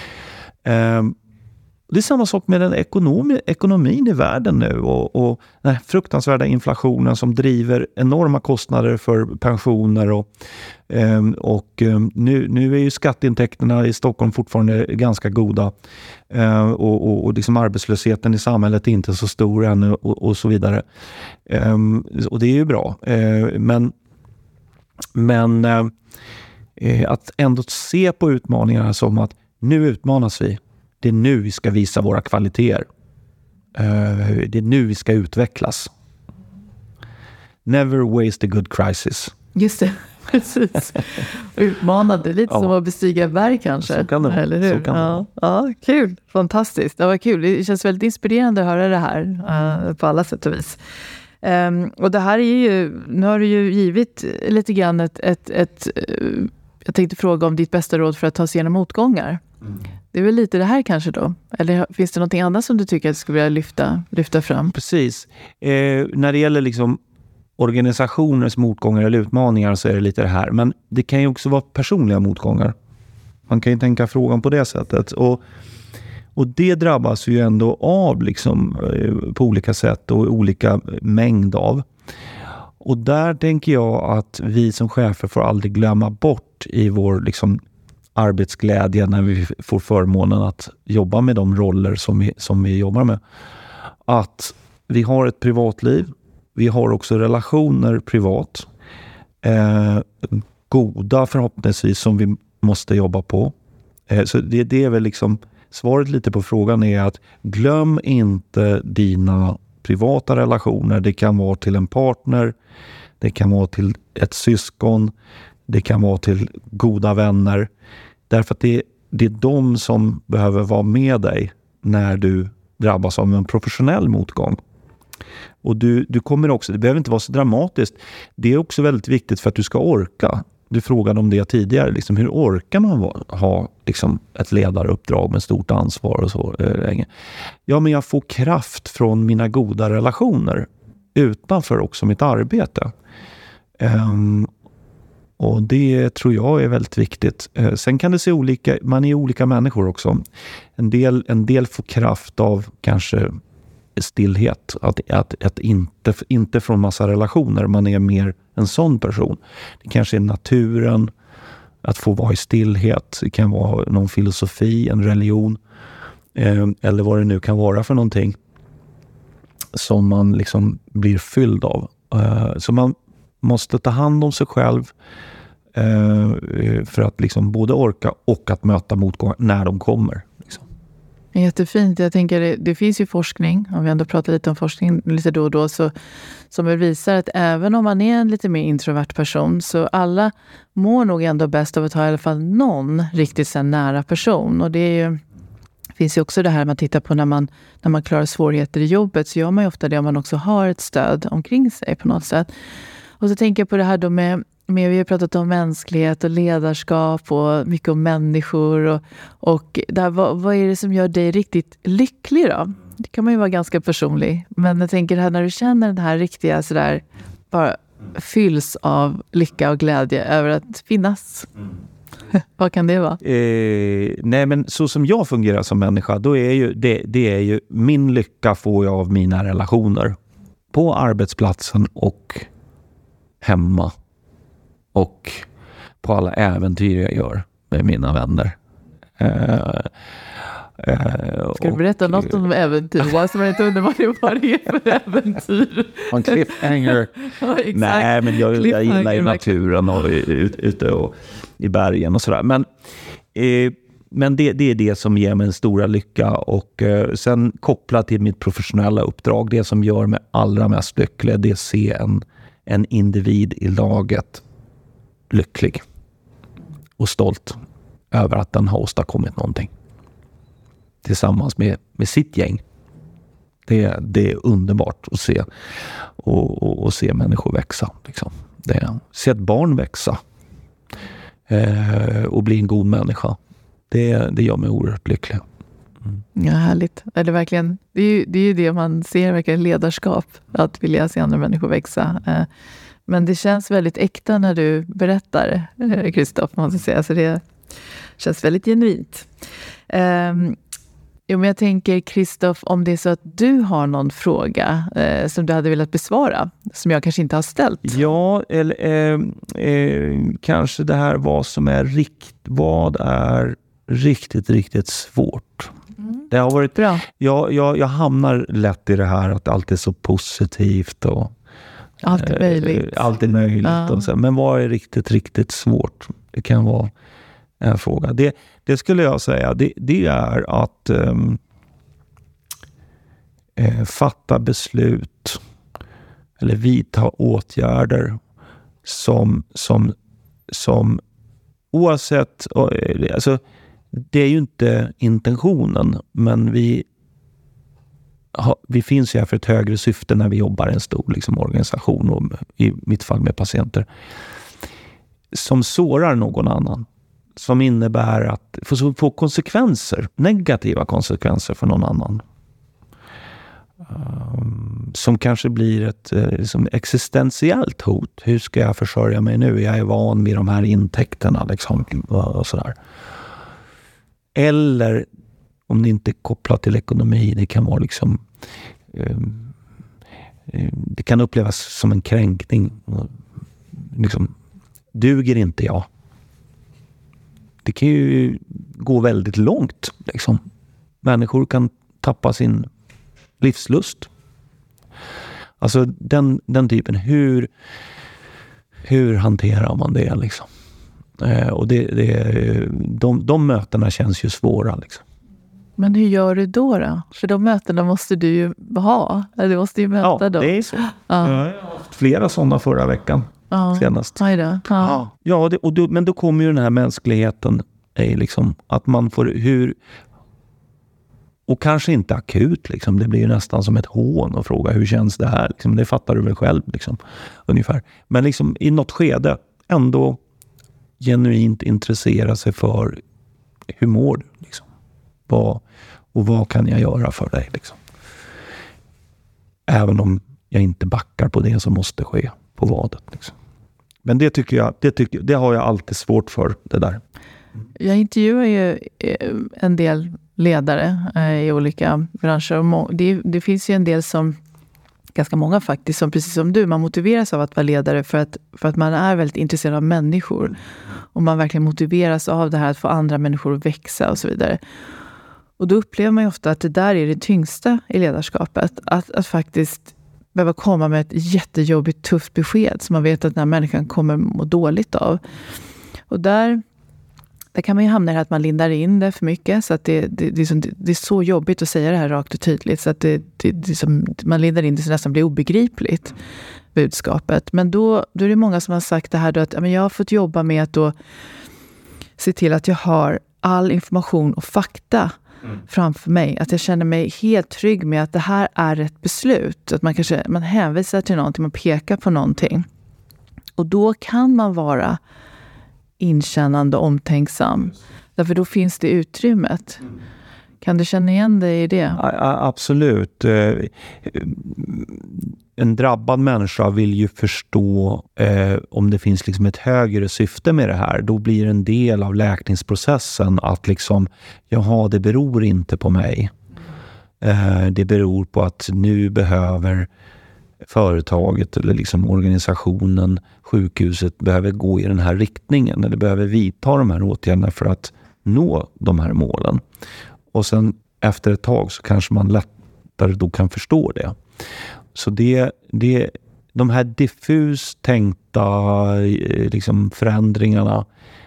Det är samma sak med den ekonomin i världen nu och den här fruktansvärda inflationen som driver enorma kostnader för pensioner och nu är ju skatteintäkterna i Stockholm fortfarande ganska goda och liksom arbetslösheten i samhället är inte så stor ännu och så vidare. Och det är ju bra. Men att ändå se på utmaningarna som att nu utmanas vi. Det är nu vi ska visa våra kvaliteter. Det är nu vi ska utvecklas. Never waste a good crisis. Just det, precis. Utmanande, lite som att bestiga berg kanske. Så kan det vara. Eller hur? Ja, kul. Fantastiskt. Det var kul. Det känns väldigt inspirerande att höra det här på alla sätt och vis. Och det här är ju, nu har du ju givit lite grann jag tänkte fråga om ditt bästa råd för att ta sig igenom motgångar. Mm. Det är väl lite det här kanske då? Eller finns det något annat som du tycker att du skulle vilja lyfta fram? Precis. När det gäller liksom organisationers motgångar eller utmaningar så är det lite det här. Men det kan ju också vara personliga motgångar. Man kan ju tänka frågan på det sättet. Och det drabbas ju ändå av liksom, på olika sätt och olika mängd av. Och där tänker jag att vi som chefer får aldrig glömma bort i vår liksom, arbetsglädje när vi får förmånen att jobba med de roller som vi jobbar med. Att vi har ett privatliv. Vi har också relationer privat. Goda förhoppningsvis som vi måste jobba på. Så det är väl liksom svaret lite på frågan är att glöm inte dina privata relationer. Det kan vara till en partner. Det kan vara till ett syskon. Det kan vara till goda vänner. Därför att det är de som behöver vara med dig när du drabbas av en professionell motgång. Och du kommer också, det behöver inte vara så dramatiskt. Det är också väldigt viktigt för att du ska orka. Du frågade om det tidigare. Liksom, hur orkar man ha liksom, ett ledaruppdrag med stort ansvar och så länge? Ja, men jag får kraft från mina goda relationer utanför också mitt arbete. Och det tror jag är väldigt viktigt. Sen kan det se olika, man är olika människor också. En del får kraft av kanske stillhet. Att inte från massa relationer. Man är mer en sån person. Det kanske är naturen. Att få vara i stillhet. Det kan vara någon filosofi, en religion. Eller vad det nu kan vara för någonting. Som man liksom blir fylld av. Så man måste ta hand om sig själv. För att liksom både orka och att möta motgångar när de kommer. Liksom. Jättefint. Jag tänker det finns ju forskning, om vi ändå pratar lite om forskning lite då och då, så, som visar att även om man är en lite mer introvert person så alla mår nog ändå bäst av att ha i alla fall någon riktigt så nära person. Och det är ju finns ju också det här man tittar på när man klarar svårigheter i jobbet, så gör man ju ofta det om man också har ett stöd omkring sig på något sätt. Och så tänker jag på det här då med vi har pratat om mänsklighet och ledarskap och mycket om människor och där, vad är det som gör dig riktigt lycklig då? Det kan man ju vara ganska personlig, men jag tänker här när du känner den här riktiga sådär, bara fylls av lycka och glädje över att finnas. Vad kan det vara? Nej, men så som jag fungerar som människa, då är ju det är ju min lycka får jag av mina relationer på arbetsplatsen och hemma och på alla äventyr jag gör med mina vänner. Ska du berätta något om äventyr? Som jag inte undrar vad det är för äventyr. En cliffhanger. Ja, nej, men jag gillar ju naturen och ute och i bergen och sådär. Men det är det som ger mig en stora lycka. Och sen kopplat till mitt professionella uppdrag, det som gör mig allra mest lycklig, det är att se en individ i laget lycklig och stolt över att den har åstadkommit någonting tillsammans med sitt gäng. Det är underbart att se och se människor växa. Liksom. Se ett barn växa och bli en god människa. Det gör mig oerhört lycklig. Mm. Ja, härligt. Är det verkligen, det är ju det man ser, verkligen ledarskap, att vilja se andra människor växa. Men det känns väldigt äkta när du berättar, Kristoff, måste jag säga. Så det känns väldigt genuint. Men jag tänker, Kristoff, om det är så att du har någon fråga som du hade velat besvara, som jag kanske inte har ställt. Ja, eller kanske det här vad är riktigt svårt. Det har varit bra. Jag hamnar lätt i det här att allt är så positivt och allt är möjligt. Ja. Och så. Men vad är riktigt svårt? Det kan vara en fråga. Det skulle jag säga, det är att fatta beslut eller vidta åtgärder som oavsett, alltså det är ju inte intentionen, men vi finns ju här för ett högre syfte när vi jobbar i en stor organisation, och i mitt fall med patienter som sårar någon annan, som innebär att få konsekvenser, negativa konsekvenser för någon annan, som kanske blir ett existentiellt hot. Hur ska jag försörja mig nu? Jag är van vid de här intäkterna och sådär. Eller om det inte är kopplat till ekonomi, det kan vara det kan upplevas som en kränkning. Duger inte jag? Det kan ju gå väldigt långt. Människor kan tappa sin livslust. Alltså den typen. Hur hanterar man det? Och de mötena känns ju svåra. Men hur gör du då? För de mötena måste du ju ha. Eller du måste ju möta dem. Ja, det är så. Ja. Jag har haft flera sådana förra veckan. Senast. Men då kommer ju den här mänskligheten att man får och kanske inte akut det blir ju nästan som ett hån att fråga hur känns det här, det fattar du väl själv ungefär, men i något skede ändå genuint intressera sig för hur mår du vad kan jag göra för dig även om jag inte backar på det som måste ske på vadet Men det har jag alltid svårt för, det där. Jag intervjuar ju en del ledare i olika branscher. Det finns ju en del som, ganska många faktiskt, som precis som du, man motiveras av att vara ledare för att man är väldigt intresserad av människor. Och man verkligen motiveras av det här att få andra människor att växa och så vidare. Och då upplever man ju ofta att det där är det tyngsta i ledarskapet. Att faktiskt behöva komma med ett jättejobbigt, tufft besked som man vet att den här människan kommer må dåligt av. Och där kan man ju hamna i att man lindar in det för mycket, så att det är så jobbigt att säga det här rakt och tydligt, så att man lindar in det så nästan blir obegripligt, budskapet. Men då är det många som har sagt det här då, att jag har fått jobba med att då se till att jag har all information och fakta framför mig. Att jag känner mig helt trygg med att det här är ett beslut. Att man hänvisar till någonting, man pekar på någonting. Och då kan man vara inkännande och omtänksam. Därför då finns det utrymmet. Kan du känna igen dig i det? Absolut. En drabbad människa vill ju förstå om det finns liksom ett högre syfte med det här. Då blir en del av läkningsprocessen att liksom, jaha, det beror inte på mig. Det beror på att nu behöver företaget eller liksom organisationen, sjukhuset behöver gå i den här riktningen eller behöver vidta de här åtgärderna för att nå de här målen. Och sen efter ett tag så kanske man lättare då kan förstå det. Så de här diffus tänkta liksom förändringarna,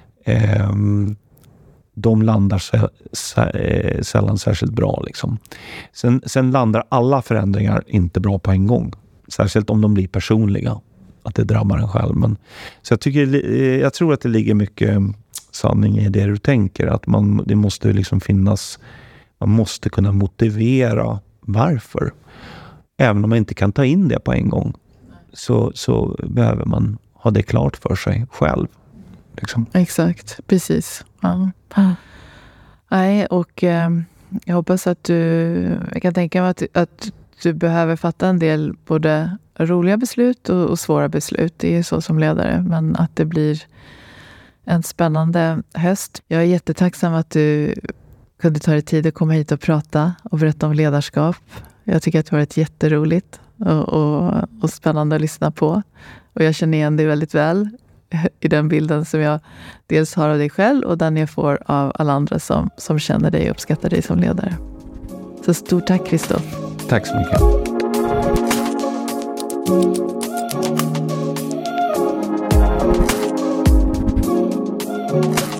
de landar sällan särskilt bra. Liksom. Sen landar alla förändringar inte bra på en gång. Särskilt om de blir personliga. Att det drabbar en själv. Men, så jag tror att det ligger mycket sanning i det du tänker. Att det måste liksom finnas, man måste kunna motivera varför. Även om man inte kan ta in det på en gång. Så behöver man ha det klart för sig själv. Liksom. Exakt, precis. Ja. Nej, och jag hoppas att jag kan tänka mig att du behöver fatta en del både roliga beslut och svåra beslut. Det är så som ledare, men att det blir en spännande höst. Jag är jättetacksam att du kunde ta dig tid att komma hit och prata och berätta om ledarskap. Jag tycker att det har varit jätteroligt och spännande att lyssna på. Och jag känner igen dig väldigt väl i den bilden som jag dels har av dig själv och den jag får av alla andra som känner dig och uppskattar dig som ledare. Så stort tack, Kristoff. Tack så mycket.